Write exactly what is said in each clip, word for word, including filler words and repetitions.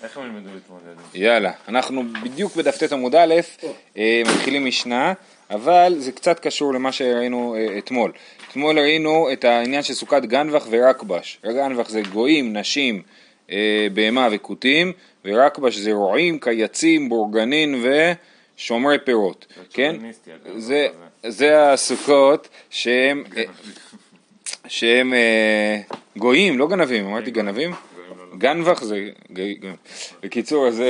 איך הם ילמדו להתמודד? יאללה, אנחנו בדיוק בדף ט' עמוד א', מתחילים משנה, אבל זה קצת קשור למה שראינו אתמול. אתמול ראינו את העניין של סוכת גנבח ורקבש. גנבח זה גויים, נשים, בהמה וכותים, ורקבש זה רועים, קייצים, בורגנין ושומרי פירות. כן? זה, זה הסוכות שהם, שהם גויים, לא גנבים, אמרתי גנבים? גנבח זה, בקיצור, אז,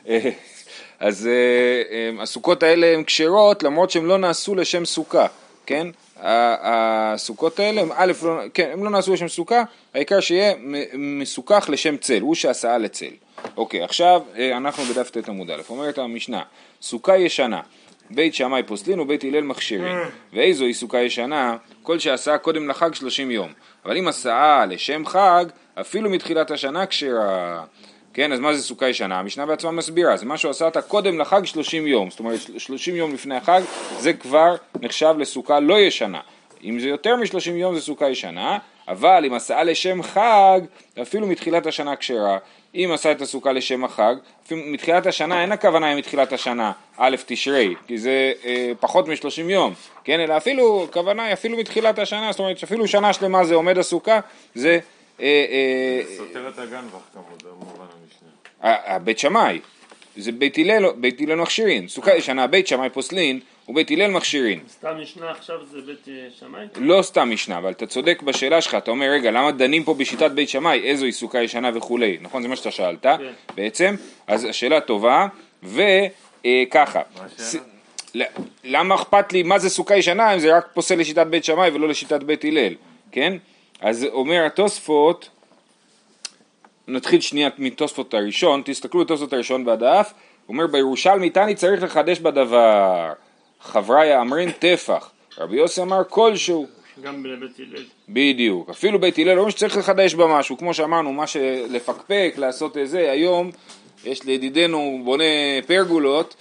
אז הסוכות האלה הן כשרות למרות שהן לא נעשו לשם סוכה, כן? הסוכות האלה, א', לא, כן, הם לא נעשו לשם סוכה, העיקר שיהיה מסוכח לשם צל, הוא שעשה לצל. אוקיי, עכשיו אנחנו בדף ט' עמוד א', אומרת המשנה, סוכה ישנה, בית שמאי פוסלין ובית הלל מכשירים, ואיזו היא סוכה ישנה? כל שעשה קודם לחג שלושים יום, אבל אם עשה לשם חג, אפילו מתחילת השנה כשרה, כן, אז מה זה סוכה ישנה? המשנה בעצמה מסבירה, זה מה שהוא עשה אותה קודם לחג שלושים יום, זאת אומרת שלושים יום לפני החג, זה כבר נחשב לסוכה לא ישנה. אם זה יותר מ-שלושים יום זה סוכה ישנה, אבל אם עשה לשם חג, אפילו מתחילת השנה כשרה, אם עשה את הסוכה לשם החג, אפילו מתחילת השנה, אין הכוונה עם מתחילת השנה, א' תשרי, כי זה אה, פחות מ-שלושים יום, כן, אלא אפילו, הכוונה אפילו מתחילת השנה, זאת אומרת אפילו שנה שלמה זה עומד הסוכה, זה סותר את הגנבח כמובן, במובן המשנה. בית שמאי, זה בית הלל, בית הלל מכשירין, סוכה ישנה, בית שמאי פוסלין ובית הלל מכשירין. סתם משנה עכשיו זה בית שמאי? לא סתם משנה, אבל אתה צודק בשאלה שלך, אתה אומר רגע, למה דנים פה בשיטת בית שמאי, איזו היא סוכה ישנה וכולי, נכון? זה מה שאתה שאלת בעצם, אז השאלה טובה, וככה, למה אכפת לי מה זה סוכה ישנה אם זה רק פוסל לשיטת בית שמאי ולא לשיטת בית הלל, כן? אז אומר התוספות, נתחיל שנייה מתוספות הראשון, תסתכלו בתוספות הראשון בדף, אומר בירושלמי תני צריך לחדש בדבר, חברי אמרין טפח, רבי יוסי אמר כלשהו. גם בבית הלל. בדיוק, אפילו בית הלל אומרים שצריך לחדש במשהו, כמו שאמרנו, מה שלפקפק, לעשות איזה, היום יש לידידנו בונה פרגולות,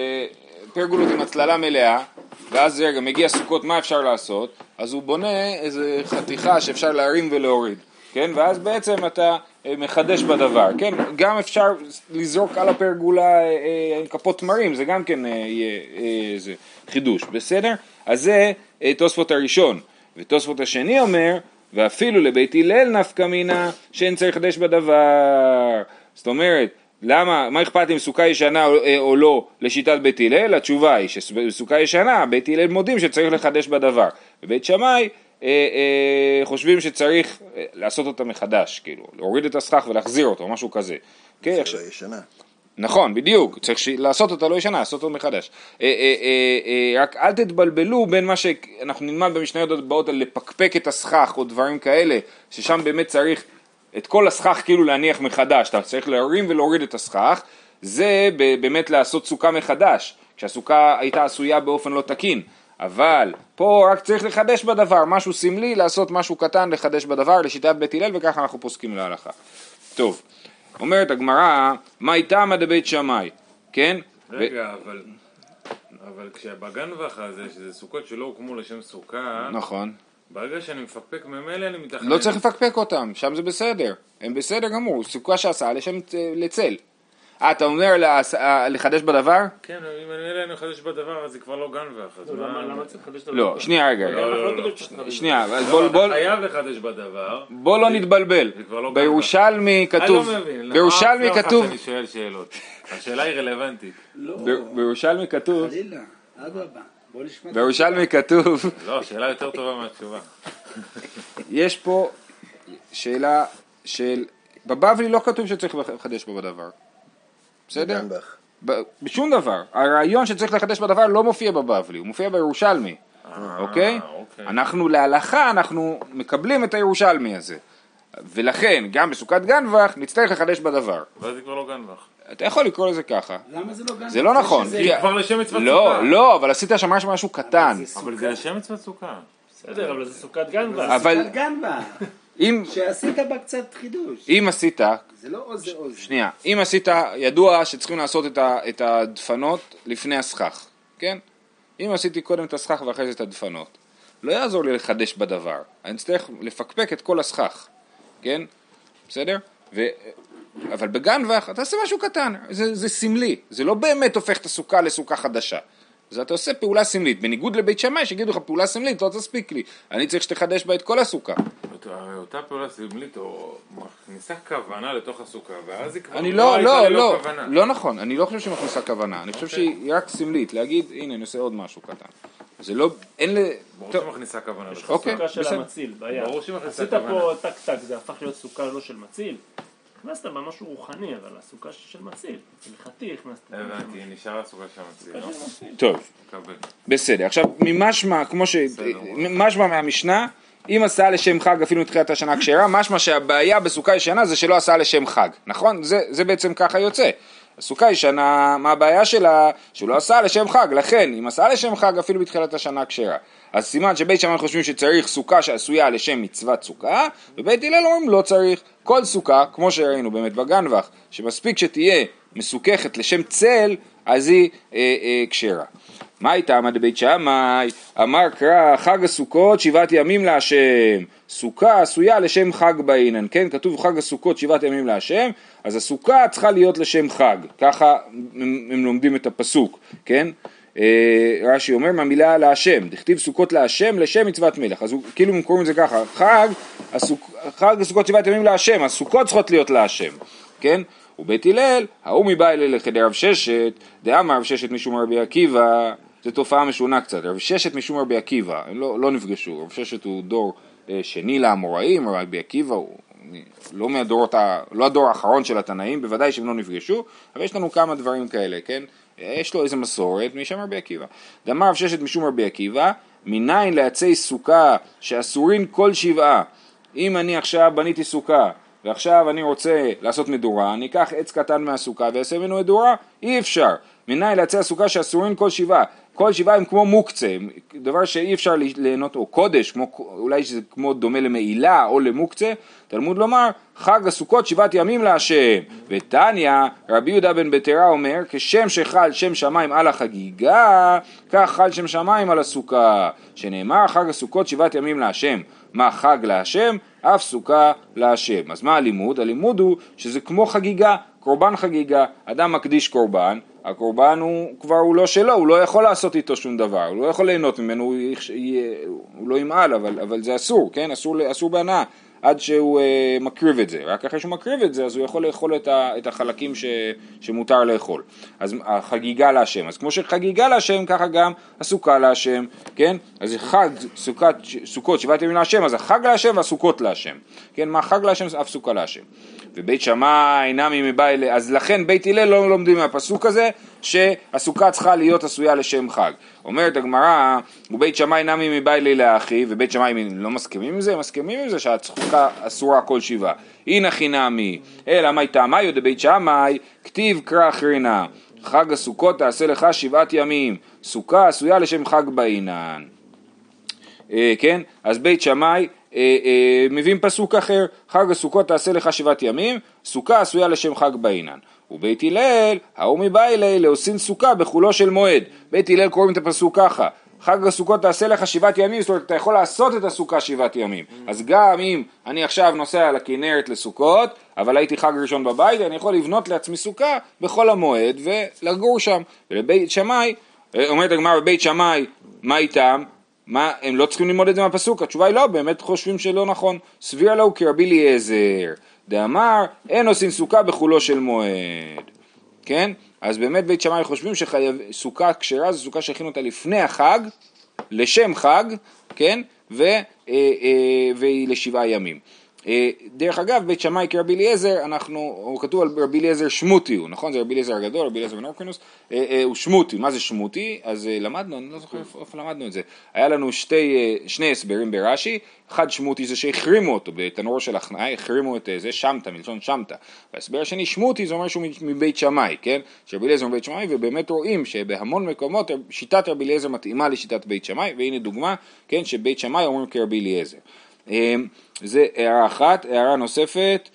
פרגולות עם הצללה מלאה, ואז רגע מגיע סוכות מה אפשר לעשות, אז הוא בונה איזה חתיכה שאפשר להרים ולהוריד, כן? ואז בעצם אתה מחדש בדבר, כן? גם אפשר לזרוק על הפרגולה עם כפות תמרים, זה גם כן יהיה איזה חידוש, בסדר? אז זה תוספות הראשון, ותוספות השני אומר, ואפילו לבית הלל נפקא מינה שאין צריך לחדש בדבר, זאת אומרת, למה, מה אכפת אם סוכה ישנה או, או לא לשיטת בית הלל? התשובה היא שסוכה ישנה, בית הלל מודים שצריך לחדש בדבר. בבית שמאי אה, אה, חושבים שצריך אה, לעשות אותה מחדש, כאילו, להוריד את הסכך ולהחזיר אותו, משהו כזה. זה לא עכשיו... ישנה. נכון, בדיוק, צריך לעשות אותה לא ישנה, לעשות אותה מחדש. אה, אה, אה, אה, רק אל תתבלבלו בין מה שאנחנו נלמד במשניות הבאות על לפקפק את הסכך או דברים כאלה, ששם באמת צריך... את כל הסכך כאילו להניח מחדש, אתה צריך להרים ולהוריד את הסכך, זה באמת לעשות סוכה מחדש, כשהסוכה הייתה עשויה באופן לא תקין, אבל פה רק צריך לחדש בדבר, משהו סמלי, לעשות משהו קטן, לחדש בדבר, לשיטת בית הלל, וככה אנחנו פוסקים להלכה. טוב, אומרת הגמרא, מה איתה מדבית שמאי, כן? רגע, ו... אבל, אבל כשבגנבח הזה, שזה סוכות שלא הוקמו לשם סוכה, נכון. ברגע שאני מפקפק ממילא אני מתכנן... לא צריך לפקפק אותם, שם זה בסדר. הם בסדר גמור, סוכה שעשה לשם לצל. אה, אתה אומר לחדש בדבר? כן, אם ממילא אני מחדש בדבר, אז זה כבר לא גנבח. למה צריך לחדש בדבר? לא, שנייה רגע. שנייה, אז בוא... אתה חייב לחדש בדבר. בוא לא נתבלבל. בירושלמי כתוב... אני לא מבין. בירושלמי כתוב... אני שואל שאלות. השאלה היא רלוונטית. בירושלמי כתוב... חלילה, אדרבה. בירושלמי כתוב... לא, שאלה יותר טובה מהתשובה. יש פה שאלה של... בבבלי לא כתוב שצריך לחדש בו בדבר. בסדר? בשום דבר. הרעיון שצריך לחדש בדבר לא מופיע בבבלי, הוא מופיע בירושלמי. אוקיי? אנחנו להלכה, אנחנו מקבלים את הירושלמי הזה. ולכן, גם בסוכת גנבח, נצטרך לחדש בדבר. ואז זה כבר לא גנבח. אתה יכול לקרוא לזה ככה. למה זה לא גנבח? זה לא נכון. כי כבר לשם מצוות סוכה. לא, לא, אבל עשית שם משהו קטן. אבל זה לשם מצוות סוכה. בסדר, אבל זה סוכת גנבח. אבל... סוכת גנבח. אם... שעשית בה קצת חידוש. אם עשית... זה לא עוז זה עוז. שנייה. אם עשית, ידוע שצריכים לעשות את, ה, את הדפנות לפני הסכך. כן? אם עשיתי קודם את הסכך ואחרי זה את הדפנות. לא יעזור לי לחדש בדבר. אני צריך לפקפק את כל הסכך. כן? בסדר? ו... אבל בגנבך אתה עושה משהו קטן, זה, זה סמלי, זה לא באמת הופך את הסוכה לסוכה חדשה. אז אתה עושה פעולה סמלית, בניגוד לבית שמאי שיגידו לך פעולה סמלית לא תספיק לי, אני צריך שתחדש בה את כל הסוכה. הרי אותה פעולה סמלית או מכניסה כוונה לתוך הסוכה, ואז היא כבר אני לא, הייתה לא, ללא לא, כוונה. לא נכון, אני לא חושב שהיא מכניסה כוונה, אני חושב שהיא רק סמלית, להגיד הנה אני עושה עוד משהו קטן. זה לא, אין ל... ברור טוב, שמכניסה כוונה לתוך אוקיי, סוכה של בסדר. המציל, ביד. ברור שהיא מכניסה עשית כוונה. פה טק טק, זה הפך להיות סוכה לא של מציל. הכנסת בה משהו רוחני, אבל הסוכה של מציל. הלכתי הכנסת. הבנתי, נשאר הסוכה של המציל, לא? טוב, מקבל. בסדר, עכשיו ממשמע, כמו ש... משמע מהמשנה, אם עשה לשם חג אפילו מתחילת השנה כשרה, משמע שהבעיה בסוכה ישנה זה שלא עשה לשם חג, נכון? זה, זה בעצם ככה יוצא. הסוכה ישנה, מה הבעיה שלה? שהוא לא עשה לשם חג, לכן אם עשה לשם חג אפילו בתחילת השנה כשרה. אז סימן שבית שמאי חושבים שצריך סוכה שעשויה לשם מצוות סוכה, ובית הלל אומרים לא צריך. כל סוכה, כמו שראינו באמת בגנבך, שמספיק שתהיה מסוככת לשם צל, אז היא אה, אה, כשרה. מה הייתה עמד בית שמאי? אמר קרא חג הסוכות שבעת ימים להשם. סוכה עשויה לשם חג באינן, כן? כתוב חג הסוכות שבעת ימים להשם, אז הסוכה צריכה להיות לשם חג. ככה הם, הם לומדים את הפסוק, כן? רש"י אומר מהמילה להשם, דכתיב סוכות להשם לשם מצוות מלך, אז הוא, כאילו הם קוראים את זה ככה, חג, הסוכ, חג הסוכות שבעת ימים להשם, הסוכות צריכות להיות להשם, כן? ובית הלל, ההוא מבא אלה לחדר רב ששת, דאמר רב ששת משום רבי עקיבא, זו תופעה משונה קצת, רב ששת משום רבי עקיבא, הם לא, לא נפגשו, רב ששת הוא דור אה, שני לאמוראים, רבי עקיבא הוא לא מהדורות, לא הדור האחרון של התנאים, בוודאי שהם לא נפגשו, אבל יש לנו כמה דברים כאלה, כן? יש לו איזה מסורת משם רבי עקיבא. דאמר רב ששת משום רבי עקיבא, מניין לעצי סוכה שאסורין כל שבעה. אם אני עכשיו בניתי סוכה, ועכשיו אני רוצה לעשות מדורה, אני אקח עץ קטן מהסוכה ואעשה ממנו מדורה, אי אפשר. מניין לעצי הסוכה שאסורין כל שבעה. כל שבעה הם כמו מוקצה, דבר שאי אפשר ליהנות, או קודש, כמו, אולי שזה כמו דומה למעילה או למוקצה, תלמוד לומר, חג הסוכות שבעת ימים להשם. ותניא, רבי יהודה בן בתרא אומר, כשם שחל שם שמיים על החגיגה, כך חל שם שמיים על הסוכה, שנאמר חג הסוכות שבעת ימים להשם. מה חג להשם? אף סוכה להשם. אז מה הלימוד? הלימוד הוא שזה כמו חגיגה, קורבן חגיגה, אדם מקדיש קורבן, הקורבן הוא כבר הוא לא שלו, הוא לא יכול לעשות איתו שום דבר, הוא לא יכול ליהנות ממנו, הוא, יהיה, הוא לא ימעל, אבל, אבל זה אסור, כן? אסור, אסור בהנאה, עד שהוא אה, מקריב את זה, רק אחרי שהוא מקריב את זה, אז הוא יכול לאכול את, ה, את החלקים ש, שמותר לאכול. אז החגיגה להשם, אז כמו שחגיגה להשם, ככה גם הסוכה להשם, כן? אז חג סוכת, סוכות שבעת ימים להשם, אז החג להשם והסוכות להשם, כן? מה חג להשם? אף סוכה להשם. ובית שמאי נמי מבא אלה, אז לכן בית הלל לא לומדים מהפסוק הזה שהסוכה צריכה להיות עשויה לשם חג. אומרת הגמרא, ובית שמאי נמי מבא אלה לאחי, ובית שמאי לא מסכימים עם זה, מסכימים עם זה שהסוכה אסורה כל שבעה. הנה חינמי, אלא מי טעמי דבית שמאי, כתיב קרא אחרינה, חג הסוכות תעשה לך שבעת ימים, סוכה עשויה לשם חג באינן. אה, כן, אז בית שמאי אה, אה, מביאים פסוק אחר, חג הסוכות תעשה לך שבעת ימים, סוכה עשויה לשם חג באינן. ובית הלל, ההוא מבא אלי לעושים סוכה בחולו של מועד. בית הלל קוראים את הפסוק ככה, חג הסוכות תעשה לך שבעת ימים, זאת אומרת אתה יכול לעשות את הסוכה שבעת ימים. אז גם אם אני עכשיו נוסע לכנרת לסוכות, אבל הייתי חג ראשון בבית, אני יכול לבנות לעצמי סוכה בכל המועד ולגור שם. ולבית שמאי, אומרת הגמרא בבית שמאי, מה איתם? מה, הם לא צריכים ללמוד את זה מהפסוק? התשובה היא לא, באמת חושבים שלא נכון. סביר לו כרבי אליעזר, דאמר, אין עושים סוכה בחולו של מועד. כן? אז באמת בית שמאי חושבים שסוכה כשרה זו סוכה שהכינו אותה לפני החג, לשם חג, כן? ו, אה, אה, והיא לשבעה ימים. אה, דרך אגב, בית שמאי כרבי אליעזר, אנחנו, הוא כתוב על רבי אליעזר שמותי, הוא, נכון? זה רבי אליעזר הגדול, רבי אליעזר בן הורקנוס, אה, אה, הוא שמותי. מה זה שמותי? אז אה, למדנו, אני לא זוכר איפה למדנו את זה. היה לנו שתי, אה, שני הסברים ברש"י, אחד שמותי זה שהחרימו אותו בתנורו של הכנאי, החרימו את זה שמטה, מלשון שמטה. וההסבר השני שמותי זה אומר שהוא מבית שמאי, כן? שרבי אליעזר מבית שמאי, ובאמת רואים שבהמון מקומות שיטת רבי אליעזר מתאימה לשיטת בית שמאי, והנה דוגמה, כן, שבית שמאי אומרים כרבי אליעזר. זה הערה אחת, הערה נוספת,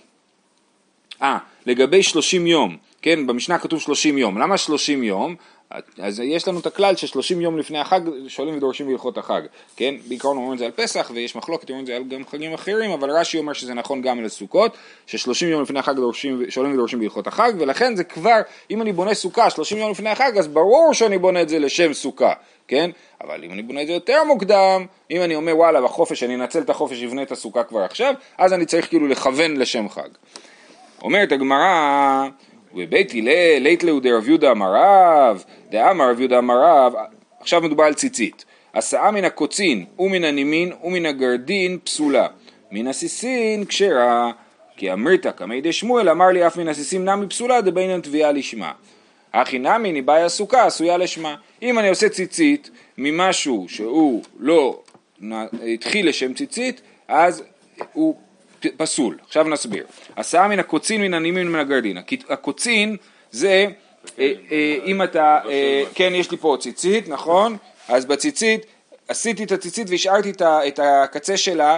אה, לגבי שלושים יום, כן, במשנה כתוב שלושים יום, למה שלושים יום? אז יש לנו את הכלל ששלושים יום לפני החג שואלים ודורשים בהלכות החג, כן? בעיקרון אומרים את זה על פסח ויש מחלוקת, אומרים את זה על גם חגים אחרים, אבל רש"י אומר שזה נכון גם לסוכות, ששלושים יום לפני החג דורשים, שואלים ודורשים בהלכות החג, ולכן זה כבר, אם אני בונה סוכה שלושים יום לפני החג, אז ברור שאני בונה את זה לשם סוכה, כן? אבל אם אני בונה את זה יותר מוקדם, אם אני אומר וואלה בחופש, אני אנצל את החופש ובנה את הסוכה כבר עכשיו, אז אני צריך כאילו לכוון לשם חג. אומרת הגמרא, ובית הלל, לית לו דרב יהודה אמר רב, דאמר רב יהודה אמר רב, עכשיו מדובר על ציצית. הסעה מן הקוצין ומן הנימין ומן הגרדין פסולה, מן הסיסין כשרה, כי אמרת כמי דשמואל אמר לי אף מן הסיסים נמי פסולה דבינן תביעה לשמה. הכי נמי ניבאי הסוכה עשויה לשמה. אם אני עושה ציצית ממשהו שהוא לא התחיל לשם ציצית, אז הוא פסול. עכשיו נסביר. הסעה מן הקוצין מן הנימין ומן הגרדין. הקוצין זה, אם אתה, כן יש לי פה ציצית, נכון? אז בציצית, עשיתי את הציצית והשארתי את הקצה שלה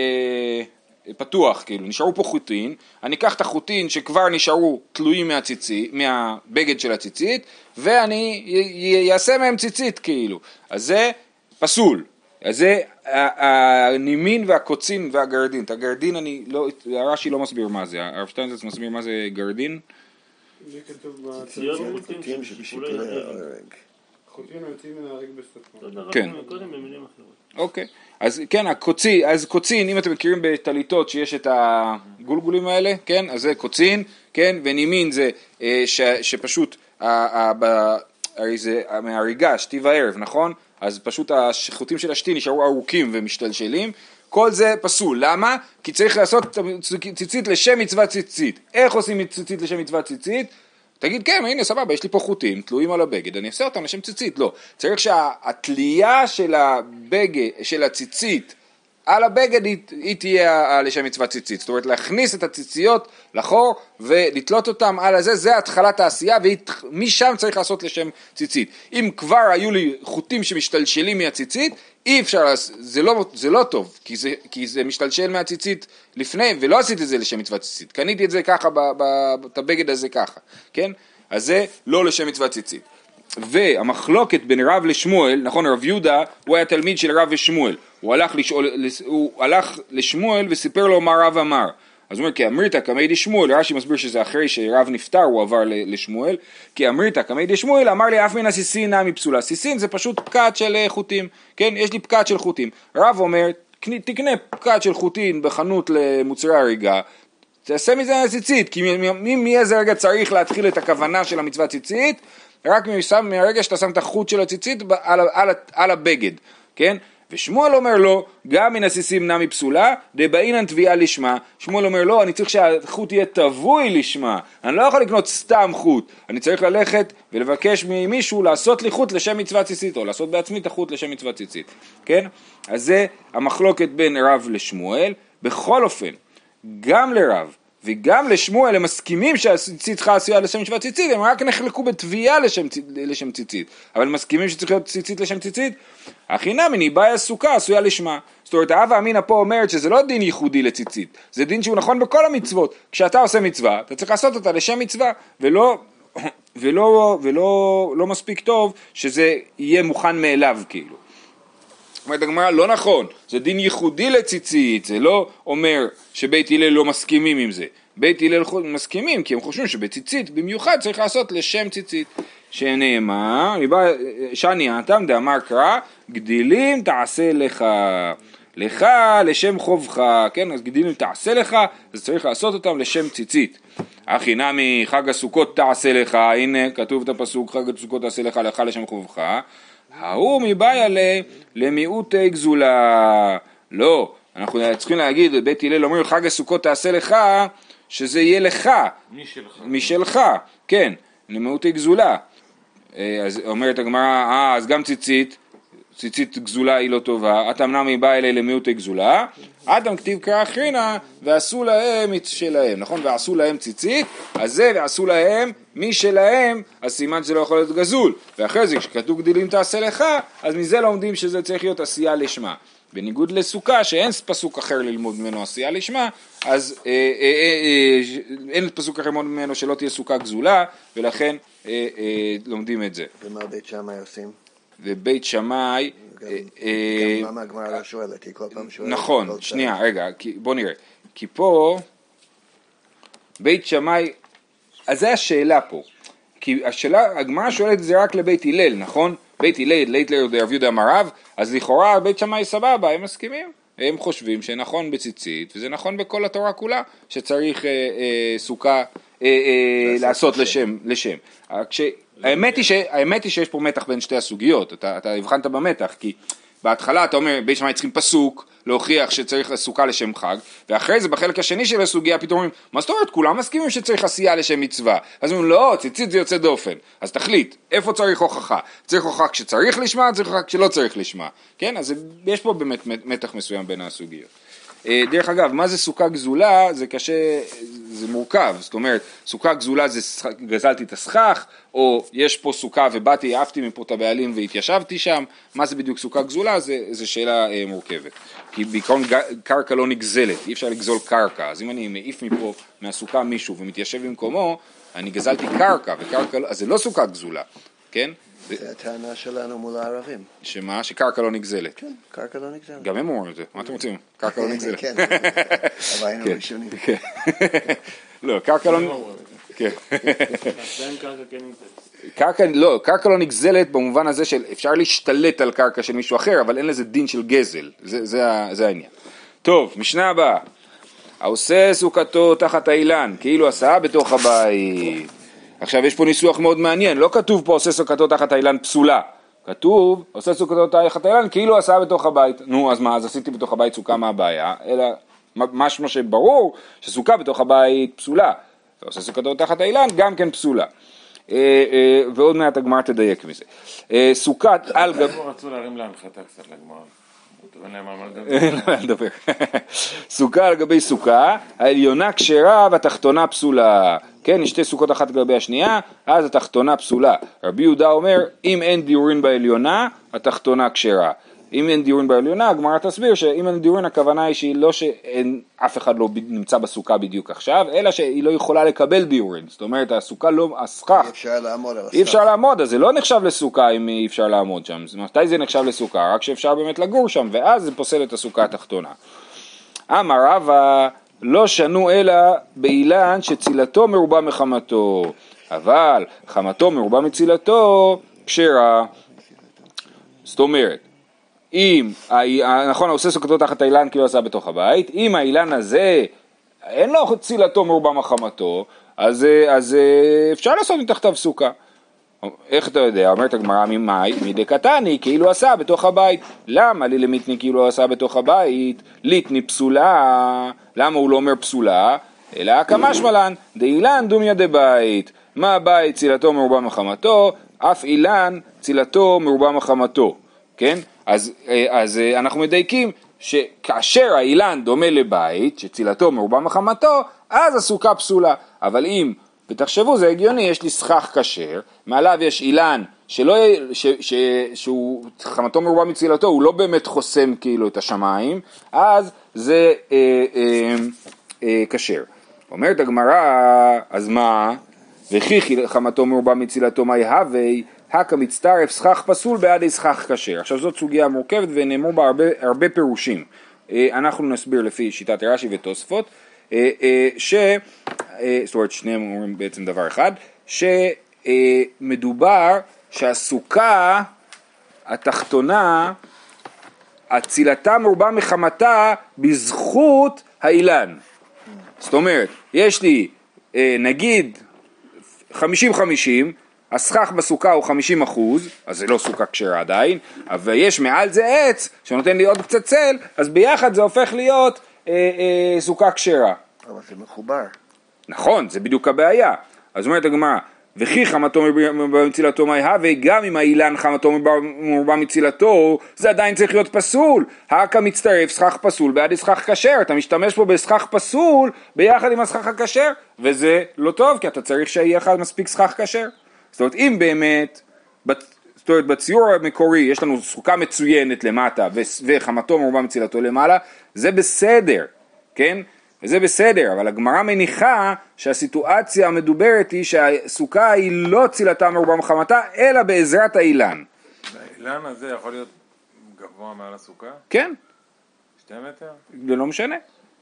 פתוח, כאילו, נשארו פה חוטין, אני אקח את החוטין שכבר נשארו תלויים מהציצית, מהבגד של הציצית, ואני יעשה מהם ציצית, כאילו. אז זה פסול. אז זה הנימין והקוצין והגרדין. את הגרדין אני לא, הרש"י לא מסביר מה זה. הרב שטיינזלץ מסביר מה זה גרדין? זה כתוב ציון בציון. חוטים שבשיפולי הרג. חוטים היוצאים מן הרג בסופו. כן. קודם במילים אחרות. אוקיי. אז כן, הקוצין, אז קוצין, אם אתם מכירים בטליטות שיש את הגולגולים האלה, כן? אז זה קוצין, כן? ונימין זה ש, שפשוט, הרי זה מהריגה, שתי וערב, נכון? אז פשוט החוטים של השתי נשארו ארוכים ומשתלשלים, כל זה פסול. למה? כי צריך לעשות ציצית לשם מצוות ציצית. איך עושים ציצית לשם מצוות ציצית? תגיד, כן, הנה, סבבה, יש לי פה חוטים, תלויים על הבגד, אני אעשה אותם לשם ציצית. לא, צריך שהתלייה של הבגד, של הציצית, על הבגד היא, היא תהיה לשם מצוות ציצית. זאת אומרת, להכניס את הציציות לחור ולתלות אותם על הזה, זה התחלת העשייה, ומשם צריך לעשות לשם ציצית. אם כבר היו לי חוטים שמשתלשלים מהציצית, אי אפשר, זה לא, זה לא טוב, כי זה, כי זה משתלשל מהציצית לפני, ולא עשיתי את זה לשם מצוות ציצית. קניתי את זה ככה, ב, ב, את הבגד הזה ככה, כן? אז זה לא לשם מצוות ציצית. והמחלוקת בין רב לשמואל, נכון, רב יהודה, הוא היה תלמיד של רב ושמואל, הוא הלך, לשאול, הוא הלך לשמואל וסיפר לו מה רב אמר. אז הוא אומר, כי אמרת כמי דשמואל, רש"י מסביר שזה אחרי שרב נפטר הוא עבר לשמואל, כי אמרת כמי דשמואל, אמר לי אף מן הסיסין נמי פסולה. סיסין זה פשוט פקעת של חוטים, כן, יש לי פקעת של חוטים. רב אומר, תקנה פקעת של חוטים בחנות למוצרי הריגה, תעשה מזה ציצית, כי מאיזה רגע צריך להתחיל את הכוונה של המצוות ציצית, רק מהרגע שאתה שם את החוט של הציצית על, על, על הבגד, כן? ושמואל אומר לו, גם מן הסיסים נמי פסולה, דבעינן תביעה לשמה. שמואל אומר לו, אני צריך שהחוט יהיה תבוי לשמה, אני לא יכול לקנות סתם חוט, אני צריך ללכת ולבקש ממישהו לעשות לי חוט לשם מצוות ציצית, או לעשות בעצמי את החוט לשם מצוות ציצית, כן? אז זה המחלוקת בין רב לשמואל. בכל אופן, גם לרב וגם לשמואל הם מסכימים שהציצית צריכה עשויה לשם מצוות ציצית, הם רק נחלקו בתביעה לשם, לשם ציצית, אבל הם מסכימים שצריך להיות ציצית לשם ציצית. הכי נמי ניבאי הסוכה עשויה לשמה. זאת אומרת, האב האמינא פה אומרת שזה לא דין ייחודי לציצית, זה דין שהוא נכון בכל המצוות. כשאתה עושה מצווה, אתה צריך לעשות אותה לשם מצווה, ולא, ולא, ולא, לא מספיק טוב שזה יהיה מוכן מאליו כאילו. אומרת הגמרא, לא נכון, זה דין ייחודי לציצית, זה לא אומר שבית הלל לא מסכימים עם זה. בית הלל מסכימים, כי הם חושבים שבציצית במיוחד צריך לעשות לשם ציצית. שנאמר, שאני אתם דאמר קרא, גדילים תעשה לך, לך לשם חובך, כן, אז גדילים תעשה לך, אז צריך לעשות אותם לשם ציצית. הכי נמי חג הסוכות תעשה לך, הנה כתוב את הפסוק, חג הסוכות תעשה לך, לך לשם חובך. ההוא מבעיה למיעוט גזולה. לא, אנחנו צריכים להגיד, בית הלל אומר, חג הסוכות תעשה לך, שזה יהיה לך, משלך, משלך, כן, למיעוט גזולה. אז אומרת הגמרא, אה, אז גם ציצית, ציצית גזולה היא לא טובה, אתם נמי בא אלי למיעוט גזולה, אדם כתיב קרא אחרינה, ועשו להם שלהם, נכון? ועשו להם ציצית, אז זה ועשו להם משלהם, אז סימן שזה לא יכול להיות גזול, ואחרי זה כשכתוב גדילים תעשה לך, אז מזה לומדים שזה צריך להיות עשייה לשמה. בניגוד לסוכה שאין פסוק אחר ללמוד ממנו עשייה לשמה, אז אה, אה, אה, אה, אין פסוק אחר ללמוד ממנו שלא תהיה סוכה גזולה, ולכן אה, אה, לומדים את זה. ומה בית שמאי עושים? ובית שמאי... גם אה, למה הגמרא לא שואלת? היא כל פעם שואלת. נכון, שנייה, רגע, בוא נראה. כי פה, בית שמאי, אז זה השאלה פה. כי השאלה, הגמרא שואלת את זה רק לבית הלל, נכון? בית הלל, ליטלר דרב יהודה אמר רב, אז לכאורה בית שמאי סבבה, הם מסכימים. הם חושבים שנכון בציצית, וזה נכון בכל התורה כולה, שצריך אה, אה, סוכה אה, אה, לעשות לשם. לשם. כש, האמת, היא ש, האמת היא שיש פה מתח בין שתי הסוגיות, אתה, אתה הבחנת במתח, כי בהתחלה אתה אומר, בית שמאי צריכים פסוק, להוכיח שצריך סוכה לשם חג, ואחרי זה בחלק השני של הסוגיה פתאום אומרים, מה זאת אומרת, כולם מסכימים שצריך עשייה לשם מצווה, אז אומרים, לא, ציצית זה יוצא דופן, אז תחליט, איפה צריך הוכחה? צריך הוכחה כשצריך לשמה, צריך הוכחה כשלא צריך לשמה, כן? אז יש פה באמת מתח מסוים בין הסוגיות. דרך אגב, מה זה סוכה גזולה? זה קשה, זה מורכב, זאת אומרת, סוכה גזולה זה גזלתי את הסכך, או יש פה סוכה ובאתי, העפתי מפה את הבעלים והתיישבתי שם, מה זה בדיוק סוכה גזולה? זה, זה שאלה אה, מורכבת, כי בעיקרון קרקע לא נגזלת, אי אפשר לגזול קרקע, אז אם אני מעיף מפה מהסוכה מישהו ומתיישב במקומו, אני גזלתי קרקע, וקרקע, אז זה לא סוכה גזולה, כן? זה הטענה שלנו מול הערבים. שמה? שקרקע לא נגזלת. כן, קרקע לא נגזלת. גם הם אומרים את זה, מה אתם רוצים? קרקע לא נגזלת. כן, אבל היינו ראשונים. לא, קרקע לא... כן. קרקע, לא, קרקע לא נגזלת במובן הזה של אפשר להשתלט על קרקע של מישהו אחר, אבל אין לזה דין של גזל, זה, זה, זה העניין. טוב, משנה הבאה. העושה סוכתו תחת האילן, כאילו עשה בתוך הבית. עכשיו יש פה ניסוח מאוד מעניין, לא כתוב פה עושה סוכתו תחת האילן פסולה, כתוב עושה סוכתו תחת האילן כאילו עשה בתוך הבית. נו, אז מה, אז עשיתי בתוך הבית סוכה, מה הבעיה? אלא משהו שברור שסוכה בתוך הבית פסולה, ועושה סוכתו תחת האילן גם כן פסולה. ועוד מעט הגמרא תדייק מזה. סוכת על גב... הם רצו להרים להנחתה קצת לגמרא. אין להם על מה לדבר. סוכה על גבי סוכה, העליונה כשרה והתחתונה פסולה. כן, יש שתי סוכות אחת לגבי השנייה, אז התחתונה פסולה. רבי יהודה אומר, אם אין דיורין בעליונה, התחתונה כשרה. אם אין דיורין בעליונה, הגמרא תסביר שאם אין דיורין הכוונה היא שהיא לא שאין, אף אחד לא נמצא בסוכה בדיוק עכשיו, אלא שהיא לא יכולה לקבל דיורין. זאת אומרת, הסוכה לא, הסכך. אי אפשר לעמוד על הסכך. אי אפשר לעמוד, אז זה לא נחשב לסוכה אם אי אפשר לעמוד שם. מתי זה נחשב לסוכה? רק שאפשר באמת לגור שם, ואז זה פוסל את הסוכה התחתונה. אמר רבא, לא שנו אלא באילן שצילתו מרובה מחמתו, אבל חמתו מרובה מצילתו כשרה. זאת אומרת, אם, נכון, עושה סוכתו תחת האילן כאילו עשה בתוך הבית, אם האילן הזה אין לו צילתו מרובה מחמתו, אז, אז אפשר לעשות מתחתיו סוכה. איך אתה יודע? אומרת הגמרא, ממאי, מדי קטני, כאילו עשה בתוך הבית. למה לי למיתני כאילו עשה בתוך הבית? ליתני פסולה. למה הוא לא אומר פסולה? אלא כמשמע לן, דאילן דומיה דבית. מה הבית צילתו מרובה מחמתו? אף אילן צילתו מרובה מחמתו. כן? אז, אז אנחנו מדייקים שכאשר האילן דומה לבית, שצילתו מרובה מחמתו, אז הסוכה פסולה. אבל אם, ותחשבו, זה הגיוני, יש לי סכך כשר, מעליו יש אילן שלא, ש, ש, שהוא חמתו מרובה מצילתו, הוא לא באמת חוסם כאילו את השמיים, אז זה אה, אה, אה, כשר. אומרת הגמרא, אז מה? וכי חמתו מרובה מצילתו מה יהווי, הקה מצטרף סכך פסול בעד סכך כשר. עכשיו זאת סוגיה מורכבת ונאמרו בה הרבה, הרבה פירושים. אנחנו נסביר לפי שיטת רש"י ותוספות, ש... זאת אומרת שניהם אומרים בעצם דבר אחד, שמדובר שהסוכה התחתונה, הצילתה מרובה מחמתה בזכות האילן. זאת אומרת, יש לי נגיד חמישים חמישים, הסכך בסוכה הוא חמישים אחוז, אז זה לא סוכה כשרה עדיין, אבל יש מעל זה עץ שנותן לי עוד קצת צל, אז ביחד זה הופך להיות אה, אה, סוכה כשרה. אבל זה מחובר. נכון, זה בדיוק הבעיה. אז אומרת הגמרא, וכי חמתו מרובה מצילתו מה יהווה, גם אם האילן חמתו מרובה מצילתו, זה עדיין צריך להיות פסול. הקה מצטרף סכך פסול בעד סכך כשר, אתה משתמש פה בסכך פסול ביחד עם הסכך הכשר, וזה לא טוב, כי אתה צריך שיהיה לך מספיק סכך כשר. זאת אומרת, אם באמת, זאת אומרת בציור המקורי יש לנו סוכה מצוינת למטה וחמתו מרובה מצילתו למעלה, זה בסדר, כן? וזה בסדר, אבל הגמרא מניחה שהסיטואציה המדוברת היא שהסוכה היא לא צילתה מרובה מחמתה, אלא בעזרת האילן. האילן הזה יכול להיות גבוה מעל הסוכה? כן. שתי מטר? זה לא משנה.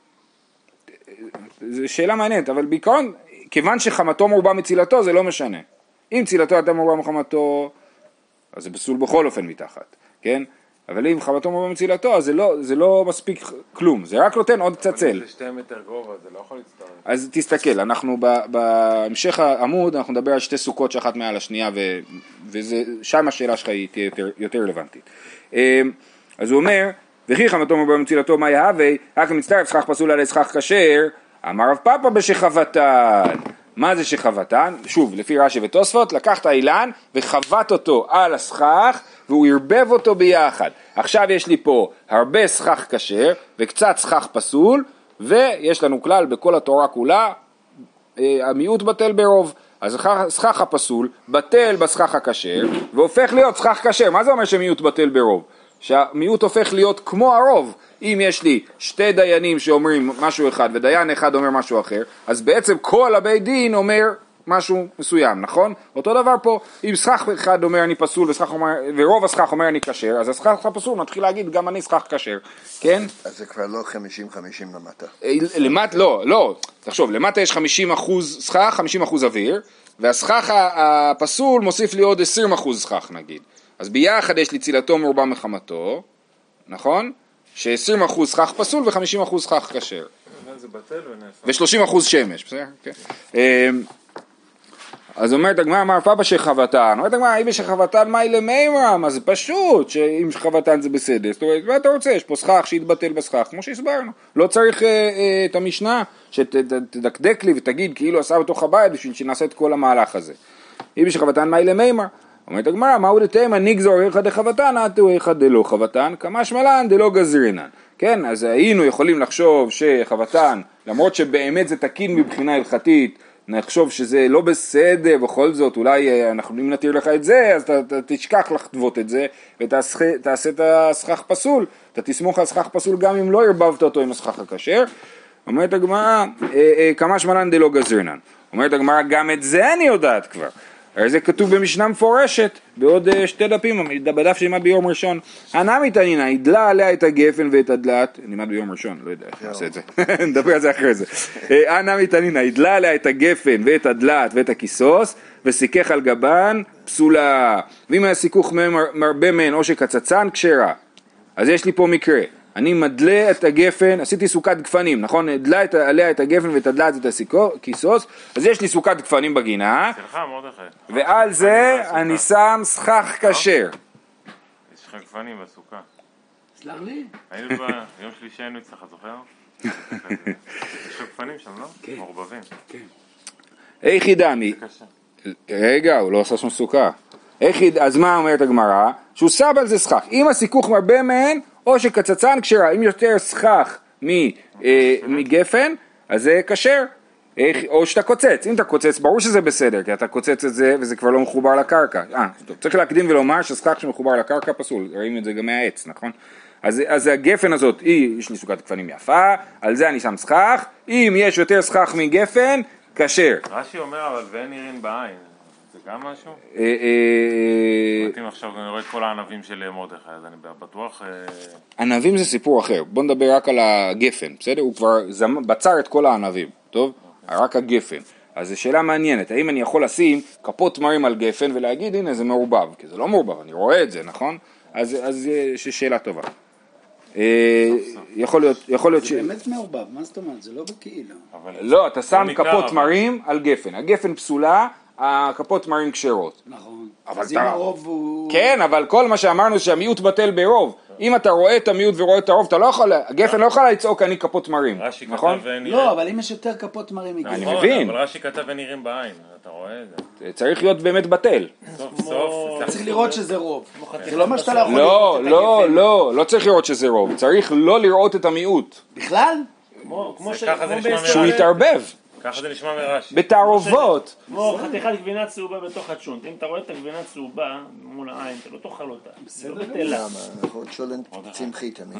זו שאלה מעניינת, אבל בעיקרון, כיוון שחמתו מרובה מצילתו, זה לא משנה. אם צילתו הייתה מרובה מחמתו, אז זה פסול בכל אופן מתחת, כן? אבל אם חמתו מרובה מצילתו, אז זה לא, זה לא מספיק כלום, זה רק נותן עוד קצת צל. אבל אם זה שתי מטר גובה, זה לא יכול להצטרף. אז תסתכל, אנחנו בהמשך העמוד, אנחנו נדבר על שתי סוכות שאחת מעל השנייה, ושם השאלה שלך היא תהיה יותר, יותר רלוונטית. אז הוא אומר, וכי חמתו מרובה מצילתו מה יהווה, רק מצטרף סכך פסול על סכך כשר, אמר רב פאפא בשחבטן. מה זה שחבטן? שוב, לפי רש"י ותוספות, לקח את האילן וחבט אותו על הסכך והוא ערבב אותו ביחד. עכשיו יש לי פה הרבה סכך כשר וקצת סכך פסול, ויש לנו כלל בכל התורה כולה, המיעוט בטל ברוב. אז הסכך הפסול בטל בסכך הכשר והופך להיות סכך כשר. מה זה אומר שמיעוט בטל ברוב? שהמיעוט הופך להיות כמו הרוב. אם יש לי שתי דיינים שאומרים משהו אחד ודיין אחד אומר משהו אחר, אז בעצם כל הבית דין אומר משהו מסוים, נכון? אותו דבר פה, אם סכך אחד אומר אני פסול אומר, ורוב הסכך אומר אני כשר, אז הסכך הפסול מתחיל להגיד גם אני סכך כשר, כן? אז זה כבר לא חמישים חמישים למטה. למטה, לא, לא, תחשוב, למטה יש חמישים אחוז סכך, חמישים אחוז אוויר, והסכך הפסול מוסיף לי עוד עשרים אחוז סכך נגיד. אז ביחד יש לי צילתו מרובה מחמתו, נכון? ש-עשרים אחוז סכך פסול ו-חמישים אחוז סכך כשר. זה בטל ונפל. ו-שלושים אחוז שמש, בסדר? כן. אז אומרת הגמרא, אמר פאפא שחבטן. אומרת הגמרא, אם שחבטן מה למימרם? אז זה פשוט שאם שחבטן זה בסדר. זאת אומרת, מה אתה רוצה? יש פה סכך שיתבטל בסכך, כמו שהסברנו. לא צריך את המשנה שתדקדק לי ותגיד כאילו עשה בתוך הבית בשביל שנעשה את כל המהלך הזה. אם שחבטן מה למימר? אומרת הגמרא, מהו דתימה נגזור אחד דחבטן, עתו אחד דלא חבטן, כמה שמלן דלא גזרינן. כן, אז היינו יכולים לחשוב שחבטן, למרות שבאמת זה תקין מבחינה הלכתית, נחשוב שזה לא בסדר, בכל זאת, אולי אנחנו אם נתיר לך את זה, אז אתה, אתה תשכח לחטבות את זה, ותעשה את הסכך פסול, אתה תסמוך על סכך פסול גם אם לא הרבבת אותו עם הסכך הכשר. אומרת הגמרא, כמה שמלן דלא גזרינן. אומרת הגמרא, גם את זה אני יודעת כבר. הרי זה כתוב במשנה מפורשת, בעוד שתי דפים, בדף שנלמד ביום ראשון. הנמי תנינא, הדלה עליה את הגפן ואת הדלת, נלמד ביום ראשון, לא יודע איך נעשה את זה, נדבר על זה אחרי זה. הנמי תנינא, הדלה עליה את הגפן ואת הדלת ואת הכיסוס, וסיכך על גבן פסולה. ואם היה סיכוך מרבה מהן או שקצצן כשרה, אז יש לי פה מקרה. אני מדלה את הגפן, עשיתי סוכת גפנים, נכון? הדלה את, עליה את הגפן ואת הדלת ואת הכיסוס, אז יש לי סוכת גפנים בגינה, סליחה, מרדכי. ועל זה אני שם סכך כשר. יש לך גפנים בסוכה. סלח לי? היינו ביום שלישי היינו אצלך, זוכר? יש לך גפנים שם, לא? כן. מעורבבים. כן. איך ידעמי? רגע, הוא לא עשה שם סוכה. אז מה אומרת הגמרא? שהוא שם על זה סכך. אם הסיכוך מרבה מהן, או שקצצן כשרה, אם יותר סכך מגפן, אז זה כשר. או שאתה קוצץ, אם אתה קוצץ, ברור שזה בסדר, כי אתה קוצץ את זה וזה כבר לא מחובר לקרקע. אה, טוב, צריך להקדים ולומר שסכך שמחובר לקרקע פסול, רואים את זה גם מהעץ, נכון? אז, אז הגפן הזאת, היא, יש לי סוכת גפנים יפה, על זה אני שם סכך, אם יש יותר סכך מגפן, כשר. רש"י אומר, אבל ואין נראים בעין. זה גם משהו? אם עכשיו אני רואה את כל הענבים של מרדכי, אז אני בטוח... ענבים זה סיפור אחר, בוא נדבר רק על הגפן, בסדר? הוא כבר בצר את כל הענבים, טוב? רק הגפן. אז זו שאלה מעניינת, האם אני יכול לשים כפות תמרים על גפן ולהגיד, הנה זה מעורבב, כי זה לא מעורבב, אני רואה את זה, נכון? אז זו שאלה טובה. יכול להיות, יכול להיות ש... זה באמת מעורבב, מה זאת אומרת? זה לא בכאילו. לא, אתה שם כפות תמרים על גפן, הגפן פסולה, הכפות תמרים כשרות. נכון. אז אם הרוב הוא... כן, אבל כל מה שאמרנו שהמיעוט בטל ברוב. אם אתה רואה את המיעוט ורואה את הרוב, אתה לא יכול, הגפן לא יכולה לצעוק אני כפות תמרים, נכון? לא, אבל אם יש יותר כפות תמרים מגפן. אני מבין. אבל רש"י כתב ונראים בעין, אתה רואה את זה. צריך להיות באמת בטל. סוף סוף. צריך לראות שזה רוב. זה לא מה שאתה לא יכול לא, לראות את לא, הגפן. לא, לא צריך לראות שזה רוב. צריך לא לראות את המיעוט. בכלל? כמו ש... שהוא יתערבב. ככה זה נשמע מרש"י. בתערובות. כמו חתיכת גבינה צהובה בתוך הצ'ונט. אם אתה רואה את הגבינה צהובה מול העין, אתה לא תאכל אותה. זה לא בטלה. אנחנו עוד שולן צמחי תמיד.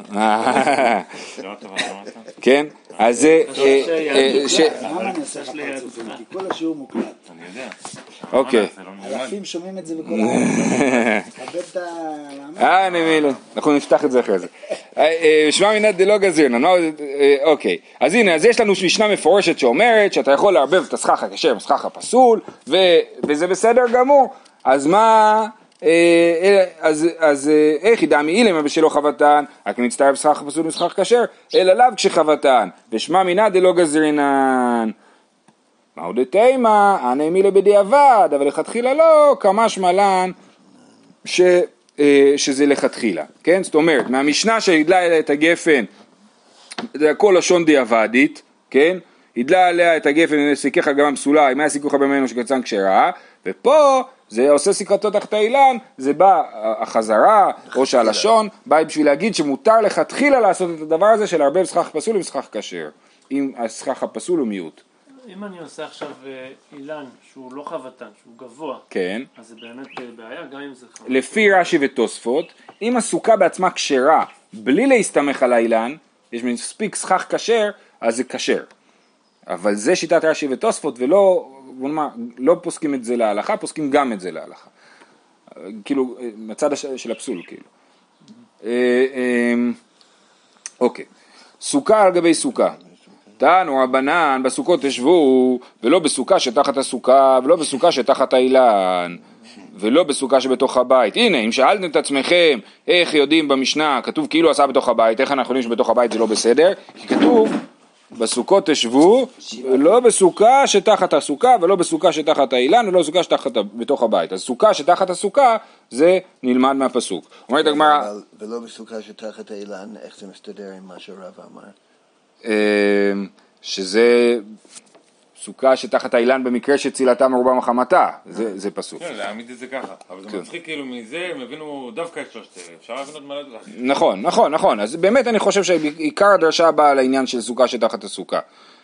כן, אז זה... למה אני עושה לך פרצופים? כי כל השיעור מוקלט. אני יודע. אוקיי. אלפים שומעים את זה בכל העולם. תכבד את ה... אה, נמילה. אנחנו נפתח את זה אחרי זה. שמע מינת דלא גזירנן. אוקיי. אז הנה, אז יש לנו משנה מפורשת שאומרת שאתה יכול לערבב את הסכך הכשר בסכך הפסול, וזה בסדר גמור. אז מה... אז, אז איך ידע מאילם בשלו חבטן, רק אם מצטרף סכך פסול מסכך כשר, אלא לאו כשחבטן, ושמע מינה דלא גזרינן. מהו דתימה, אנא מילה בדיעבד, אבל לכתחילה לא, כמה שמלן ש, שזה לכתחילה, כן? זאת אומרת, מהמשנה שהדלה את הגפן, זה הכל לשון דיעבדית, כן? הדלה עליה את הגפן, סיכך גם פסולה, אם היה סיכוך במנו שקצן כשרה, ופה זה עושה סיכתו תחת האילן, זה בא החזרה, או שהלשון, בא בשביל להגיד שמותר לכתחילה לעשות את הדבר הזה של לערבב סכך פסול עם סכך כשר, אם הסכך הפסול הוא מיעוט. אם אני עושה עכשיו אילן שהוא לא חבטן, שהוא גבוה, כן. אז זה באמת בעיה, גם אם זה חבטן. לפי רש"י ותוספות, אם הסוכה בעצמה כשרה, בלי להסתמך על האילן, יש מספיק סכך כשר, אז זה כשר. אבל זה שיטת רש"י ותוספות, ולא... לא פוסקים את זה להלכה, פוסקים גם את זה להלכה. כאילו, מצד של הפסול, כאילו. אוקיי. סוכה על גבי סוכה. תנו רבנן, בסוכות תשבו, ולא בסוכה שתחת הסוכה, ולא בסוכה שתחת האילן, ולא בסוכה שבתוך הבית. הנה, אם שאלתם את עצמכם, איך יודעים במשנה, כתוב כאילו עשה בתוך הבית, איך אנחנו יודעים שבתוך הבית זה לא בסדר? כי כתוב... בסוכות תשבו, לא בסוכה שתחת הסוכה, ולא בסוכה שתחת האילן, ולא בסוכה שתחת בתוך הבית. אז סוכה שתחת הסוכה, זה נלמד מהפסוק. אומרת הגמרא... ולא בסוכה שתחת האילן, איך זה מסתדר עם מה שרב אמר? שזה סוכה שתחת האילן במקרה שצילתה מרובה מחמתה, זה פסוק. כן, להעמיד את זה ככה, אבל זה מצחיק כאילו מזה, הם הבינו דווקא את שלושת אלה, אפשר להבין עוד מלא דרך. נכון, נכון, נכון, אז באמת אני חושב שעיקר הדרשה באה לעניין של סוכה שתחת הסוכה.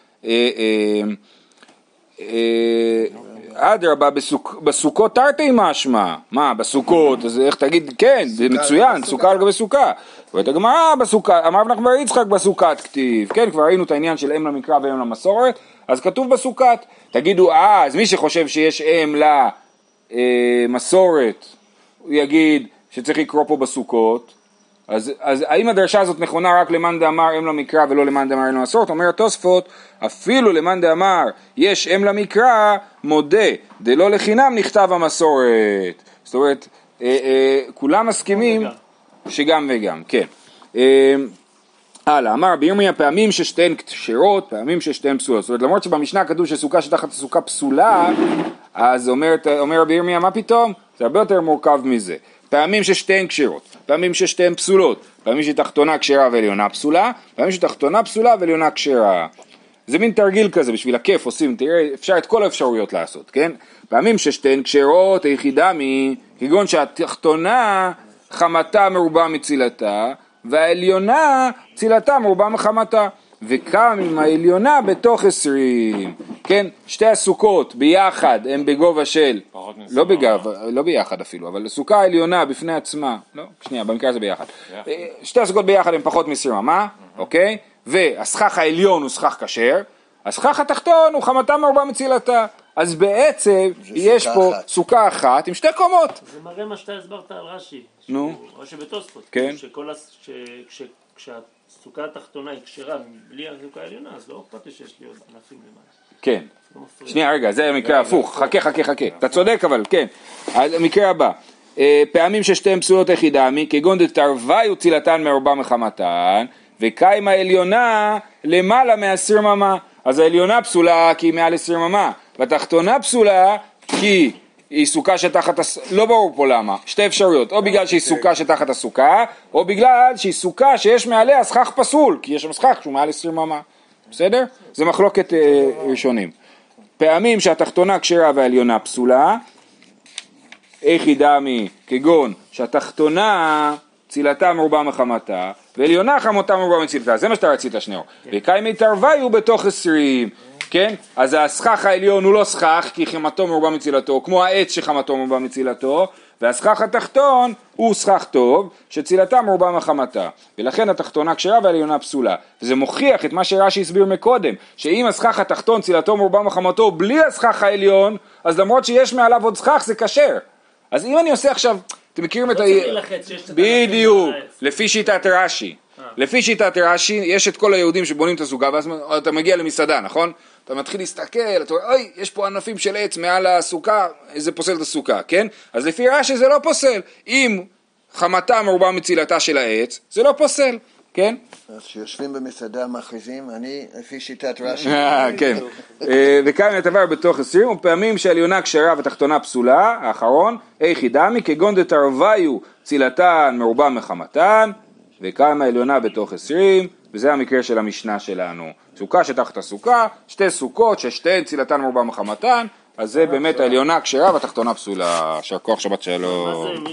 אדרבה, בסוכות תרתי משמע, מה, בסוכות, אז איך תגיד, כן, זה מצוין, סוכה על גבי סוכה. ואת הגמרא בסוכה, אמר נחבר יצחק בסוכת כתיב, כן, כבר ראינו את העניין של אם למקרא ואם למסורת, אז כתוב בסוכת, תגידו, אה, אז מי שחושב שיש אם למסורת, הוא יגיד שצריך לקרוא פה בסוכות, אז, אז האם הדרשה הזאת נכונה רק למאן דאמר אם למקרא ולא למאן דאמר אם למסורת? אומר התוספות, אפילו למאן דאמר יש אם למקרא, מודה, דלא לחינם נכתב המסורת. זאת אומרת, אה, אה, כולם מסכימים שגם וגם, כן. אה, הלאה, אמר בירמיה פעמים ששתיהן כשרות, פעמים ששתיהן פסולות. זאת אומרת, למרות שבמשנה כתוב שסוכה שתחת הסוכה פסולה, אז אומר, אומר בירמיה, מה פתאום? זה הרבה יותר מורכב מזה. פעמים ששתיהן כשרות, פעמים ששתיהן פסולות, פעמים שתחתונה כשרה ועליונה פסולה, פעמים שתחתונה פסולה ועליונה כשרה. זה מין תרגיל כזה, בשביל הכיף עושים, תראה, אפשר את כל האפשרויות לעשות, כן? פעמים ששתיהן כשרות, היחידה מי, כגון שהתחתונה חמתה מרובה מצילתה, והעליונה צילתה מרובה מחמתה, וקם עם העליונה בתוך עשרים, כן, שתי הסוכות ביחד הם בגובה של, לא בגב, לא ביחד אפילו, אבל הסוכה העליונה בפני עצמה, לא, שנייה, במקרה זה ביחד, שתי הסוכות ביחד הם פחות מ-עשרים אמה, אוקיי, והסכך העליון הוא סכך כשר, הסכך התחתון הוא חמתה מרובה מצילתה, אז בעצם יש פה סוכה אחת עם שתי קומות. זה מראה מה שאתה הסברת על רש"י, נו, רש"י בתוספות, כן, כשהסוכה התחתונה היא כשרה בלי הסוכה העליונה, אז לא אכפת לי שיש לי עוד ענפים למעלה. כן, שנייה רגע, זה המקרה הפוך, חכה חכה חכה, אתה צודק אבל, כן, המקרה הבא, פעמים ששתיהן פסולות יחידמי, כגון דתרוויו צילתן מרובה מחמתן, וקיים העליונה למעלה מעשרים אמה, אז העליונה פסולה כי היא מעל עשרים אמה, והתחתונה פסולה כי היא סוכה שתחת, לא ברור פה למה, שתי אפשרויות, או בגלל שהיא סוכה שתחת הסוכה, או בגלל שהיא סוכה שיש מעליה סכך פסול, כי יש שם סכך שהוא מעל עשרים אמה, בסדר? זה מחלוקת אה, ראשונים. פעמים שהתחתונה כשרה והעליונה פסולה, איך ידעמי, כגון שהתחתונה צילתה מרובה מחמתה, ועליונה חמותה מרובה מצילתה, זה מה שאתה רצית שניאור. וקיים התערוויו בתוך עשרים, כן? אז הסכך העליון הוא לא סכך, כי חמתו מרובה מצילתו, כמו העץ שחמתו מרובה מצילתו, והסכך התחתון הוא סכך טוב, שצילתה מרובה מחמתה. ולכן התחתונה כשרה והעליונה פסולה. וזה מוכיח את מה שרש"י הסביר מקודם, שאם הסכך התחתון צילתו מרובה מחמתו בלי הסכך העליון, אז למרות שיש מעליו עוד סכך זה כשר. אז אם אני עושה עכשיו, אתם מכירים את ה... בדיוק, לפי שיטת רש"י. לפי שיטת רש"י יש את כל היהודים שבונים את הסוכה, ואז אתה מגיע למסעדה, נכון? אתה מתחיל להסתכל, אתה אומר, אוי, יש פה ענפים של עץ מעל הסוכה, זה פוסל את הסוכה, כן? אז לפי רש"י זה לא פוסל. אם חמתה מרובה מצילתה של העץ, זה לא פוסל, כן? אז שיושבים במסעדה מכריזים, אני לפי שיטת רש"י. כן. וכאן הדבר בתוך עשרים, ופעמים שהעליונה כשרה ותחתונה פסולה, האחרון, איכי דמי, כגון דתרוויו צילתן מרובה מחמתן, וכאן העליונה בתוך עשרים, וזה המקרה של המשנה שלנו. סוכה שתחת הסוכה, שתי סוכות ששתיהן צילתן מרובה מחמתן, אז זה באמת העליונה כשרה והתחתונה פסולה. יישר כוח, שבת שלום.